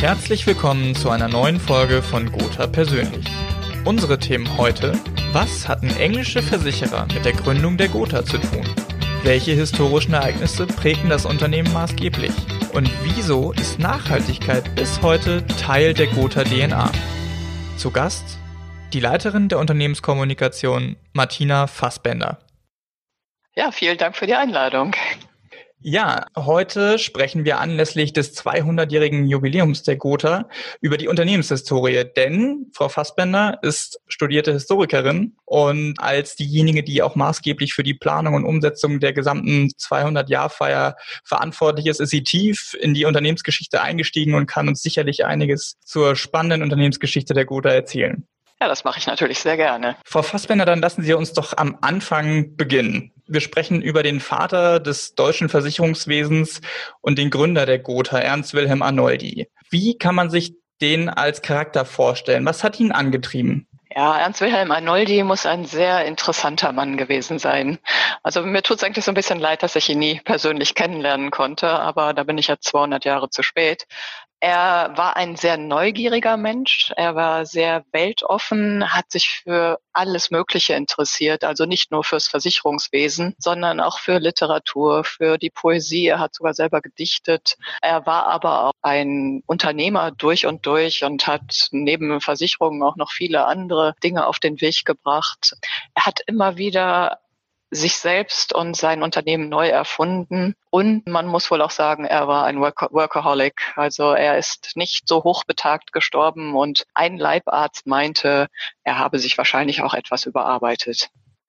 Herzlich willkommen zu einer neuen Folge von Gotha persönlich. Unsere Themen heute: Was hatten englische Versicherer mit der Gründung der Gotha zu tun? Welche historischen Ereignisse prägten das Unternehmen maßgeblich? Und wieso ist Nachhaltigkeit bis heute Teil der Gotha-DNA? Zu Gast die Leiterin der Unternehmenskommunikation, Martina Fassbender. Ja, vielen Dank für die Einladung. Ja, heute sprechen wir anlässlich des 200-jährigen Jubiläums der Gotha über die Unternehmenshistorie, denn Frau Fassbender ist studierte Historikerin und als diejenige, die auch maßgeblich für die Planung und Umsetzung der gesamten 200-Jahr-Feier verantwortlich ist sie tief in die Unternehmensgeschichte eingestiegen und kann uns sicherlich einiges zur spannenden Unternehmensgeschichte der Gotha erzählen. Ja, das mache ich natürlich sehr gerne. Frau Fassbender, dann lassen Sie uns doch am Anfang beginnen. Wir sprechen über den Vater des deutschen Versicherungswesens und den Gründer der Gotha, Ernst Wilhelm Arnoldi. Wie kann man sich den als Charakter vorstellen? Was hat ihn angetrieben? Ja, Ernst Wilhelm Arnoldi muss ein sehr interessanter Mann gewesen sein. Also mir tut es eigentlich so ein bisschen leid, dass ich ihn nie persönlich kennenlernen konnte, aber da bin ich jetzt 200 Jahre zu spät. Er war ein sehr neugieriger Mensch, er war sehr weltoffen, hat sich für alles Mögliche interessiert, also nicht nur fürs Versicherungswesen, sondern auch für Literatur, für die Poesie. Er hat sogar selber gedichtet. Er war aber auch ein Unternehmer durch und hat neben Versicherungen auch noch viele andere Dinge auf den Weg gebracht. Er hat immer wieder sich selbst und sein Unternehmen neu erfunden. Und man muss wohl auch sagen, er war ein Workaholic. Also er ist nicht so hochbetagt gestorben und ein Leibarzt meinte, er habe sich wahrscheinlich auch etwas überarbeitet.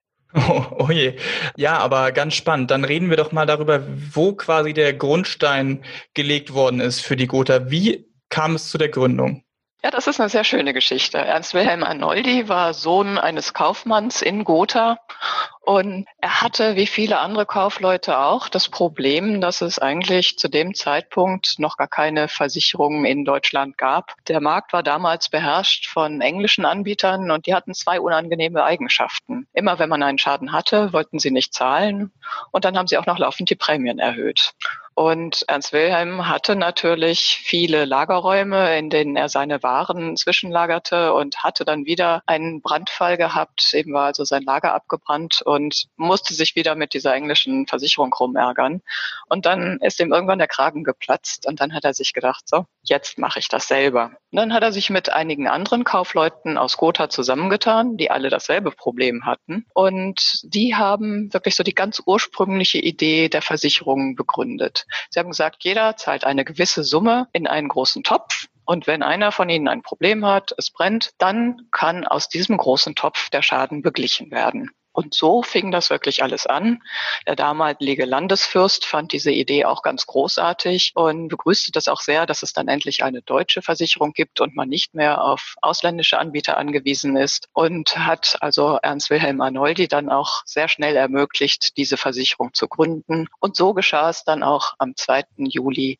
Oh je. Ja, aber ganz spannend. Dann reden wir doch mal darüber, wo quasi der Grundstein gelegt worden ist für die Gotha. Wie kam es zu der Gründung? Ja, das ist eine sehr schöne Geschichte. Ernst Wilhelm Arnoldi war Sohn eines Kaufmanns in Gotha und er hatte, wie viele andere Kaufleute auch, das Problem, dass es eigentlich zu dem Zeitpunkt noch gar keine Versicherungen in Deutschland gab. Der Markt war damals beherrscht von englischen Anbietern und die hatten zwei unangenehme Eigenschaften. Immer wenn man einen Schaden hatte, wollten sie nicht zahlen und dann haben sie auch noch laufend die Prämien erhöht. Und Ernst Wilhelm hatte natürlich viele Lagerräume, in denen er seine Waren zwischenlagerte und hatte dann wieder einen Brandfall gehabt. Eben war also sein Lager abgebrannt und musste sich wieder mit dieser englischen Versicherung rumärgern. Und dann ist ihm irgendwann der Kragen geplatzt und dann hat er sich gedacht, so, jetzt mache ich das selber. Und dann hat er sich mit einigen anderen Kaufleuten aus Gotha zusammengetan, die alle dasselbe Problem hatten. Und die haben wirklich so die ganz ursprüngliche Idee der Versicherung begründet. Sie haben gesagt, jeder zahlt eine gewisse Summe in einen großen Topf. Und wenn einer von ihnen ein Problem hat, es brennt, dann kann aus diesem großen Topf der Schaden beglichen werden. Und so fing das wirklich alles an. Der damalige Landesfürst fand diese Idee auch ganz großartig und begrüßte das auch sehr, dass es dann endlich eine deutsche Versicherung gibt und man nicht mehr auf ausländische Anbieter angewiesen ist und hat also Ernst Wilhelm Arnoldi dann auch sehr schnell ermöglicht, diese Versicherung zu gründen. Und so geschah es dann auch am 2. Juli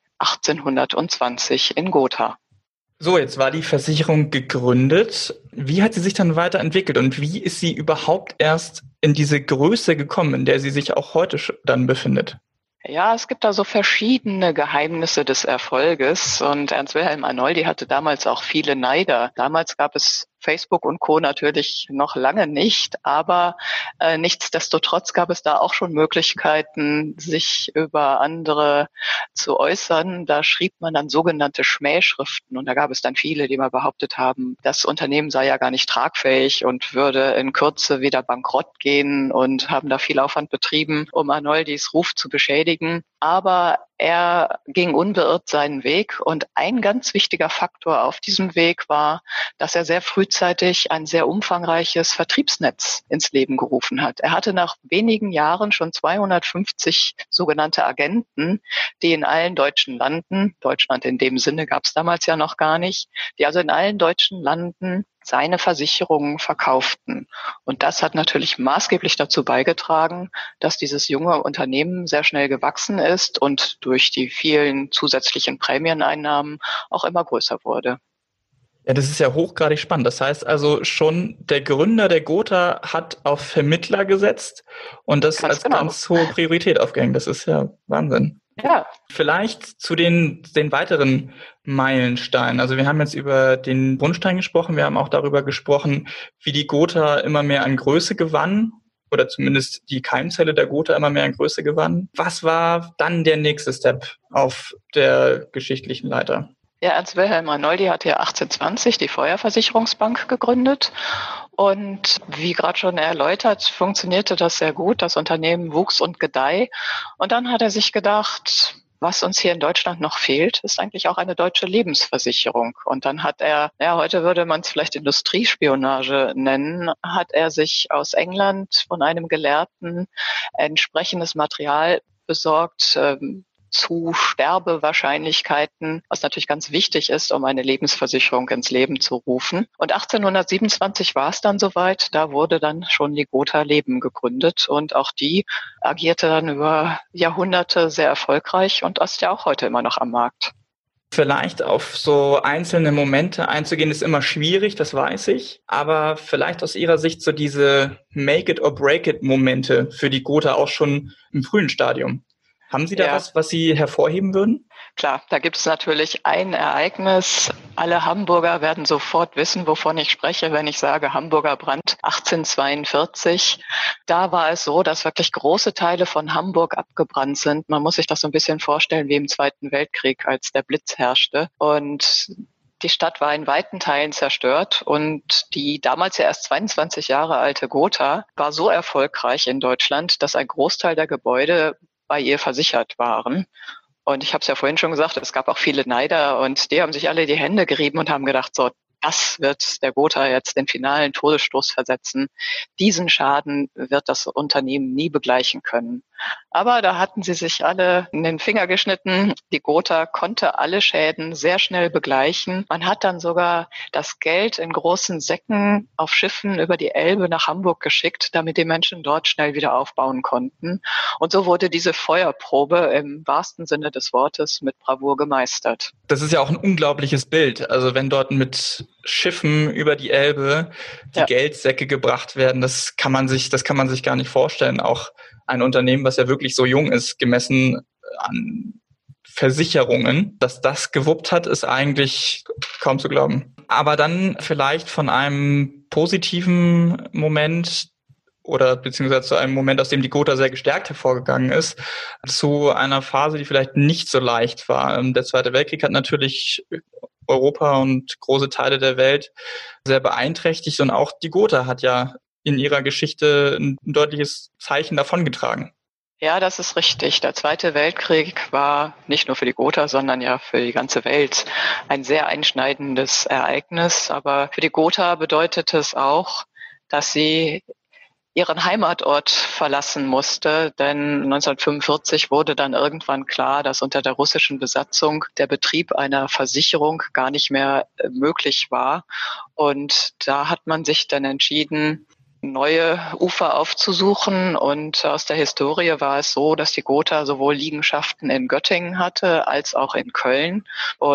1820 in Gotha. So, jetzt war die Versicherung gegründet. Wie hat sie sich dann weiterentwickelt und wie ist sie überhaupt erst in diese Größe gekommen, in der sie sich auch heute dann befindet? Ja, es gibt da so verschiedene Geheimnisse des Erfolges und Ernst Wilhelm Arnoldi hatte damals auch viele Neider. Damals gab es Facebook und Co. natürlich noch lange nicht, aber nichtsdestotrotz gab es da auch schon Möglichkeiten, sich über andere zu äußern. Da schrieb man dann sogenannte Schmähschriften und da gab es dann viele, die mal behauptet haben, das Unternehmen sei ja gar nicht tragfähig und würde in Kürze wieder bankrott gehen und haben da viel Aufwand betrieben, um Arnoldis Ruf zu beschädigen. Aber er ging unbeirrt seinen Weg und ein ganz wichtiger Faktor auf diesem Weg war, dass er sehr frühzeitig ein sehr umfangreiches Vertriebsnetz ins Leben gerufen hat. Er hatte nach wenigen Jahren schon 250 sogenannte Agenten, die in allen deutschen Landen, Deutschland in dem Sinne gab es damals ja noch gar nicht, die also in allen deutschen Landen seine Versicherungen verkauften. Und das hat natürlich maßgeblich dazu beigetragen, dass dieses junge Unternehmen sehr schnell gewachsen ist und durch die vielen zusätzlichen Prämieneinnahmen auch immer größer wurde. Ja, das ist ja hochgradig spannend. Das heißt also schon, der Gründer der Gotha hat auf Vermittler gesetzt und das als ganz hohe Priorität aufgehängt. Das ist ja Wahnsinn. Ja, Vielleicht zu den weiteren Meilensteinen. Also wir haben jetzt über den Grundstein gesprochen, wir haben auch darüber gesprochen, wie die Gotha immer mehr an Größe gewann oder zumindest die Keimzelle der Gotha immer mehr an Größe gewann. Was war dann der nächste Step auf der geschichtlichen Leiter? ja, Ernst Wilhelm Arnoldi hat ja 1820 die Feuerversicherungsbank gegründet. Und wie gerade schon erläutert, funktionierte das sehr gut. Das Unternehmen wuchs und gedeih. Und dann hat er sich gedacht, was uns hier in Deutschland noch fehlt, ist eigentlich auch eine deutsche Lebensversicherung. Und dann hat er, ja, heute würde man es vielleicht Industriespionage nennen, hat er sich aus England von einem Gelehrten entsprechendes Material besorgt, zu Sterbewahrscheinlichkeiten, was natürlich ganz wichtig ist, um eine Lebensversicherung ins Leben zu rufen. Und 1827 war es dann soweit, da wurde dann schon die Gotha Leben gegründet und auch die agierte dann über Jahrhunderte sehr erfolgreich und ist ja auch heute immer noch am Markt. Vielleicht auf so einzelne Momente einzugehen, ist immer schwierig, das weiß ich. Aber vielleicht aus Ihrer Sicht so diese Make-it-or-break-it-Momente für die Gotha auch schon im frühen Stadium. Haben Sie da Ja, was Sie hervorheben würden? klar, da gibt es natürlich ein Ereignis. Alle Hamburger werden sofort wissen, wovon ich spreche, wenn ich sage Hamburger Brand 1842. Da war es so, dass wirklich große Teile von Hamburg abgebrannt sind. Man muss sich das so ein bisschen vorstellen wie im Zweiten Weltkrieg, als der Blitz herrschte. Und die Stadt war in weiten Teilen zerstört und die damals ja erst 22 Jahre alte Gotha war so erfolgreich in Deutschland, dass ein Großteil der Gebäude bei ihr versichert waren. Und ich habe es ja vorhin schon gesagt, es gab auch viele Neider und die haben sich alle die Hände gerieben und haben gedacht, so, das wird der Gotha jetzt den finalen Todesstoß versetzen. Diesen Schaden wird das Unternehmen nie begleichen können. Aber da hatten sie sich alle in den Finger geschnitten. Die Gotha konnte alle Schäden sehr schnell begleichen. Man hat dann sogar das Geld in großen Säcken auf Schiffen über die Elbe nach Hamburg geschickt, damit die Menschen dort schnell wieder aufbauen konnten. Und so wurde diese Feuerprobe im wahrsten Sinne des Wortes mit Bravour gemeistert. Das ist ja auch ein unglaubliches Bild. Also wenn dort mit Schiffen über die Elbe die Ja. Geldsäcke gebracht werden, das kann man sich gar nicht vorstellen. Auch ein Unternehmen, was ja wirklich so jung ist, gemessen an Versicherungen, dass das gewuppt hat, ist eigentlich kaum zu glauben. Aber dann vielleicht von einem positiven Moment oder beziehungsweise zu einem Moment, aus dem die Gotha sehr gestärkt hervorgegangen ist, zu einer Phase, die vielleicht nicht so leicht war. Der Zweite Weltkrieg hat natürlich Europa und große Teile der Welt sehr beeinträchtigt und auch die Gotha hat ja in ihrer Geschichte ein deutliches Zeichen davongetragen. Ja, das ist richtig. Der Zweite Weltkrieg war nicht nur für die Gotha, sondern ja für die ganze Welt ein sehr einschneidendes Ereignis. Aber für die Gotha bedeutet es auch, dass sie ihren Heimatort verlassen musste, denn 1945 wurde dann irgendwann klar, dass unter der russischen Besatzung der Betrieb einer Versicherung gar nicht mehr möglich war. Und da hat man sich dann entschieden, neue Ufer aufzusuchen. Und aus der Historie war es so, dass die Gotha sowohl Liegenschaften in Göttingen hatte als auch in Köln.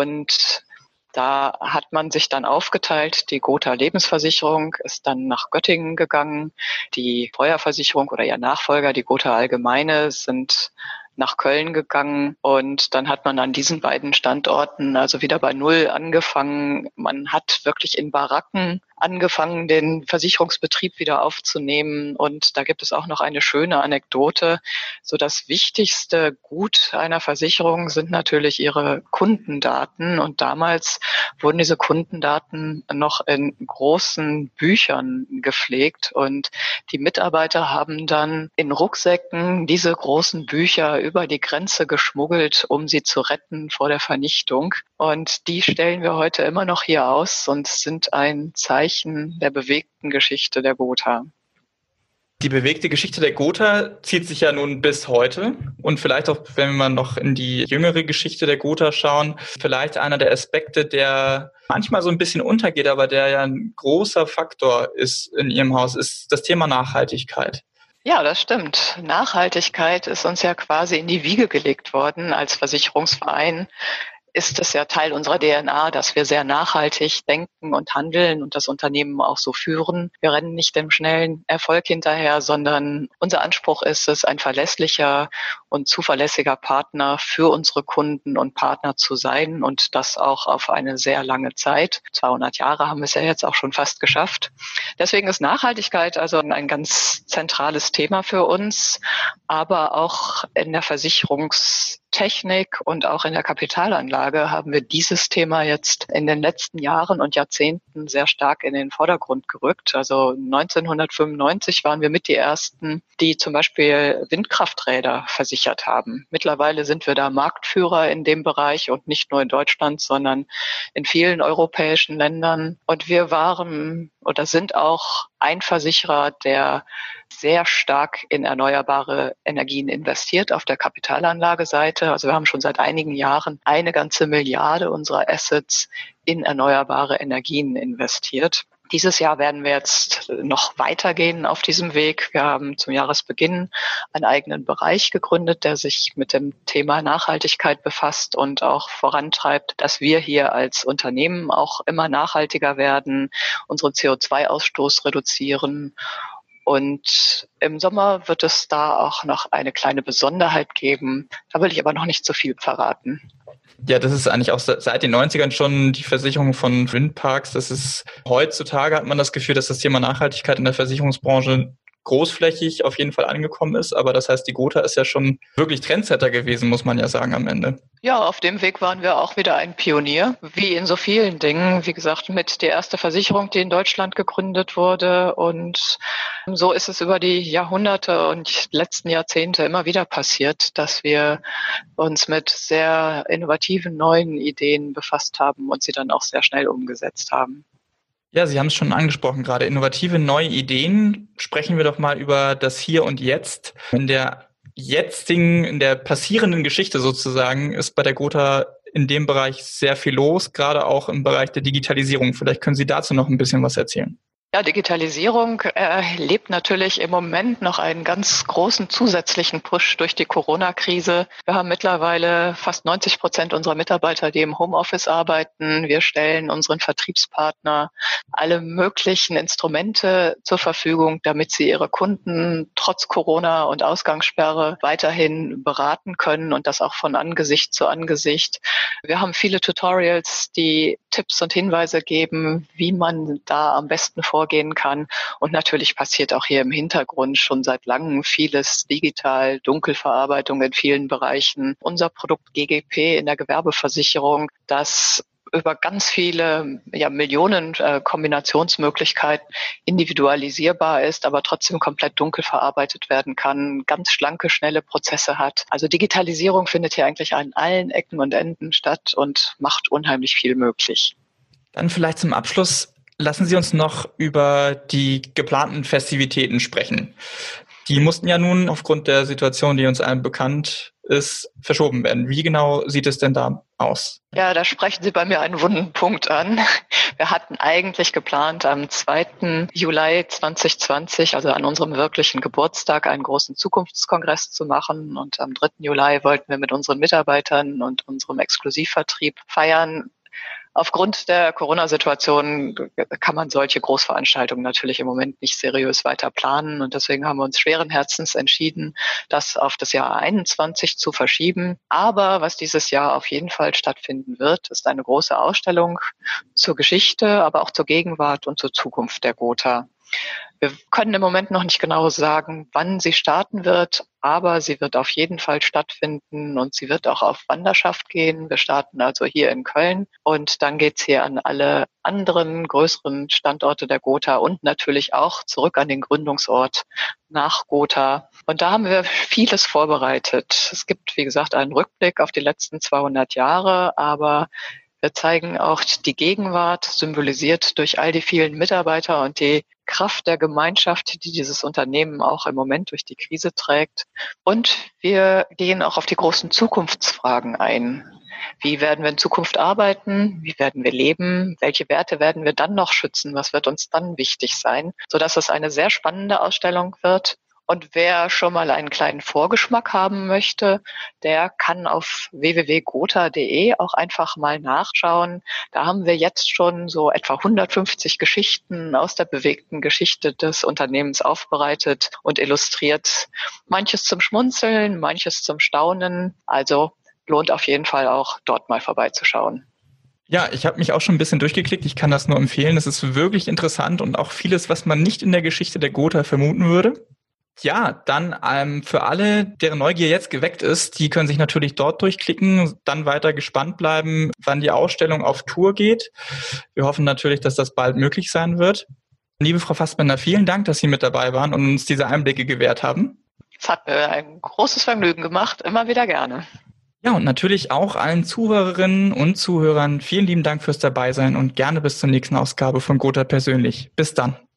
Und da hat man sich dann aufgeteilt. Die Gotha Lebensversicherung ist dann nach Göttingen gegangen. Die Feuerversicherung oder ihr Nachfolger, die Gotha Allgemeine, sind nach Köln gegangen. Und dann hat man an diesen beiden Standorten also wieder bei Null angefangen. Man hat wirklich in Baracken angefangen, den Versicherungsbetrieb wieder aufzunehmen. Und da gibt es auch noch eine schöne Anekdote. So das wichtigste Gut einer Versicherung sind natürlich ihre Kundendaten. Und damals wurden diese Kundendaten noch in großen Büchern gepflegt. Und die Mitarbeiter haben dann in Rucksäcken diese großen Bücher über die Grenze geschmuggelt, um sie zu retten vor der Vernichtung. Und die stellen wir heute immer noch hier aus und sind ein Zeichen der bewegten Geschichte der Gotha. Die bewegte Geschichte der Gotha zieht sich ja nun bis heute und vielleicht auch, wenn wir noch in die jüngere Geschichte der Gotha schauen, vielleicht einer der Aspekte, der manchmal so ein bisschen untergeht, aber der ja ein großer Faktor ist in Ihrem Haus, ist das Thema Nachhaltigkeit. Ja, das stimmt. Nachhaltigkeit ist uns ja quasi in die Wiege gelegt worden als Versicherungsverein. Ist es ja Teil unserer DNA, dass wir sehr nachhaltig denken und handeln und das Unternehmen auch so führen. Wir rennen nicht dem schnellen Erfolg hinterher, sondern unser Anspruch ist es, ein verlässlicher und zuverlässiger Partner für unsere Kunden und Partner zu sein und das auch auf eine sehr lange Zeit. 200 Jahre haben wir es ja jetzt auch schon fast geschafft. Deswegen ist Nachhaltigkeit also ein ganz zentrales Thema für uns, aber auch in der Versicherungstechnik und auch in der Kapitalanlage haben wir dieses Thema jetzt in den letzten Jahren und Jahrzehnten sehr stark in den Vordergrund gerückt. Also 1995 waren wir mit die Ersten, die zum Beispiel Windkrafträder versichert haben. Mittlerweile sind wir da Marktführer in dem Bereich und nicht nur in Deutschland, sondern in vielen europäischen Ländern. Und wir waren oder sind auch ein Versicherer, der sehr stark in erneuerbare Energien investiert auf der Kapitalanlageseite. Also wir haben schon seit einigen Jahren eine ganze Milliarde unserer Assets in erneuerbare Energien investiert. Dieses Jahr werden wir jetzt noch weitergehen auf diesem Weg. Wir haben zum Jahresbeginn einen eigenen Bereich gegründet, der sich mit dem Thema Nachhaltigkeit befasst und auch vorantreibt, dass wir hier als Unternehmen auch immer nachhaltiger werden, unseren CO2-Ausstoß reduzieren. Und im Sommer wird es da auch noch eine kleine Besonderheit geben. Da will ich aber noch nicht so viel verraten. Ja, das ist eigentlich auch seit den 90ern schon die Versicherung von Windparks. Das ist heutzutage hat man das Gefühl, dass das Thema Nachhaltigkeit in der Versicherungsbranche großflächig auf jeden Fall angekommen ist. Aber das heißt, die Gotha ist ja schon wirklich Trendsetter gewesen, muss man ja sagen am Ende. Ja, auf dem Weg waren wir auch wieder ein Pionier, wie in so vielen Dingen. Wie gesagt, mit der erste Versicherung, die in Deutschland gegründet wurde. Und so ist es über die Jahrhunderte und letzten Jahrzehnte immer wieder passiert, dass wir uns mit sehr innovativen neuen Ideen befasst haben und sie dann auch sehr schnell umgesetzt haben. Ja, Sie haben es schon angesprochen, gerade innovative neue Ideen. Sprechen wir doch mal über das Hier und Jetzt. In der passierenden Geschichte sozusagen ist bei der Gotha in dem Bereich sehr viel los, gerade auch im Bereich der Digitalisierung. Vielleicht können Sie dazu noch ein bisschen was erzählen. Ja, Digitalisierung erlebt natürlich im Moment noch einen ganz großen zusätzlichen Push durch die Corona-Krise. Wir haben mittlerweile fast 90% unserer Mitarbeiter, die im Homeoffice arbeiten. Wir stellen unseren Vertriebspartner alle möglichen Instrumente zur Verfügung, damit sie ihre Kunden trotz Corona und Ausgangssperre weiterhin beraten können und das auch von Angesicht zu Angesicht. Wir haben viele Tutorials, die Tipps und Hinweise geben, wie man da am besten vorgehen kann. Und natürlich passiert auch hier im Hintergrund schon seit langem vieles digital, Dunkelverarbeitung in vielen Bereichen. Unser Produkt GGP in der Gewerbeversicherung, das über ganz viele Millionen Kombinationsmöglichkeiten individualisierbar ist, aber trotzdem komplett dunkel verarbeitet werden kann, ganz schlanke, schnelle Prozesse hat. Also Digitalisierung findet hier eigentlich an allen Ecken und Enden statt und macht unheimlich viel möglich. Dann vielleicht zum Abschluss, lassen Sie uns noch über die geplanten Festivitäten sprechen. Die mussten ja nun aufgrund der Situation, die uns allen bekannt ist, verschoben werden. Wie genau sieht es denn da aus? Ja, da sprechen Sie bei mir einen wunden Punkt an. Wir hatten eigentlich geplant, am 2. Juli 2020, also an unserem wirklichen Geburtstag, einen großen Zukunftskongress zu machen. Und am 3. Juli wollten wir mit unseren Mitarbeitern und unserem Exklusivvertrieb feiern. Aufgrund der Corona-Situation kann man solche Großveranstaltungen natürlich im Moment nicht seriös weiter planen. Und deswegen haben wir uns schweren Herzens entschieden, das auf das Jahr 21 zu verschieben. Aber was dieses Jahr auf jeden Fall stattfinden wird, ist eine große Ausstellung zur Geschichte, aber auch zur Gegenwart und zur Zukunft der Gotha. Wir können im Moment noch nicht genau sagen, wann sie starten wird, aber sie wird auf jeden Fall stattfinden und sie wird auch auf Wanderschaft gehen. Wir starten also hier in Köln und dann geht's hier an alle anderen größeren Standorte der Gotha und natürlich auch zurück an den Gründungsort nach Gotha. Und da haben wir vieles vorbereitet. Es gibt, wie gesagt, einen Rückblick auf die letzten 200 Jahre, aber wir zeigen auch die Gegenwart, symbolisiert durch all die vielen Mitarbeiter und die Kraft der Gemeinschaft, die dieses Unternehmen auch im Moment durch die Krise trägt. Und wir gehen auch auf die großen Zukunftsfragen ein. Wie werden wir in Zukunft arbeiten? Wie werden wir leben? Welche Werte werden wir dann noch schützen? Was wird uns dann wichtig sein? Sodass es eine sehr spannende Ausstellung wird. Und wer schon mal einen kleinen Vorgeschmack haben möchte, der kann auf www.gotha.de auch einfach mal nachschauen. Da haben wir jetzt schon so etwa 150 Geschichten aus der bewegten Geschichte des Unternehmens aufbereitet und illustriert. Manches zum Schmunzeln, manches zum Staunen. Also lohnt auf jeden Fall auch, dort mal vorbeizuschauen. Ja, ich habe mich auch schon ein bisschen durchgeklickt. Ich kann das nur empfehlen. Es ist wirklich interessant und auch vieles, was man nicht in der Geschichte der Gotha vermuten würde. Ja, dann für alle, deren Neugier jetzt geweckt ist, die können sich natürlich dort durchklicken, dann weiter gespannt bleiben, wann die Ausstellung auf Tour geht. Wir hoffen natürlich, dass das bald möglich sein wird. Liebe Frau Fassbender, vielen Dank, dass Sie mit dabei waren und uns diese Einblicke gewährt haben. Es hat mir ein großes Vergnügen gemacht, immer wieder gerne. Ja, und natürlich auch allen Zuhörerinnen und Zuhörern vielen lieben Dank fürs Dabeisein und gerne bis zur nächsten Ausgabe von Gotha persönlich. Bis dann.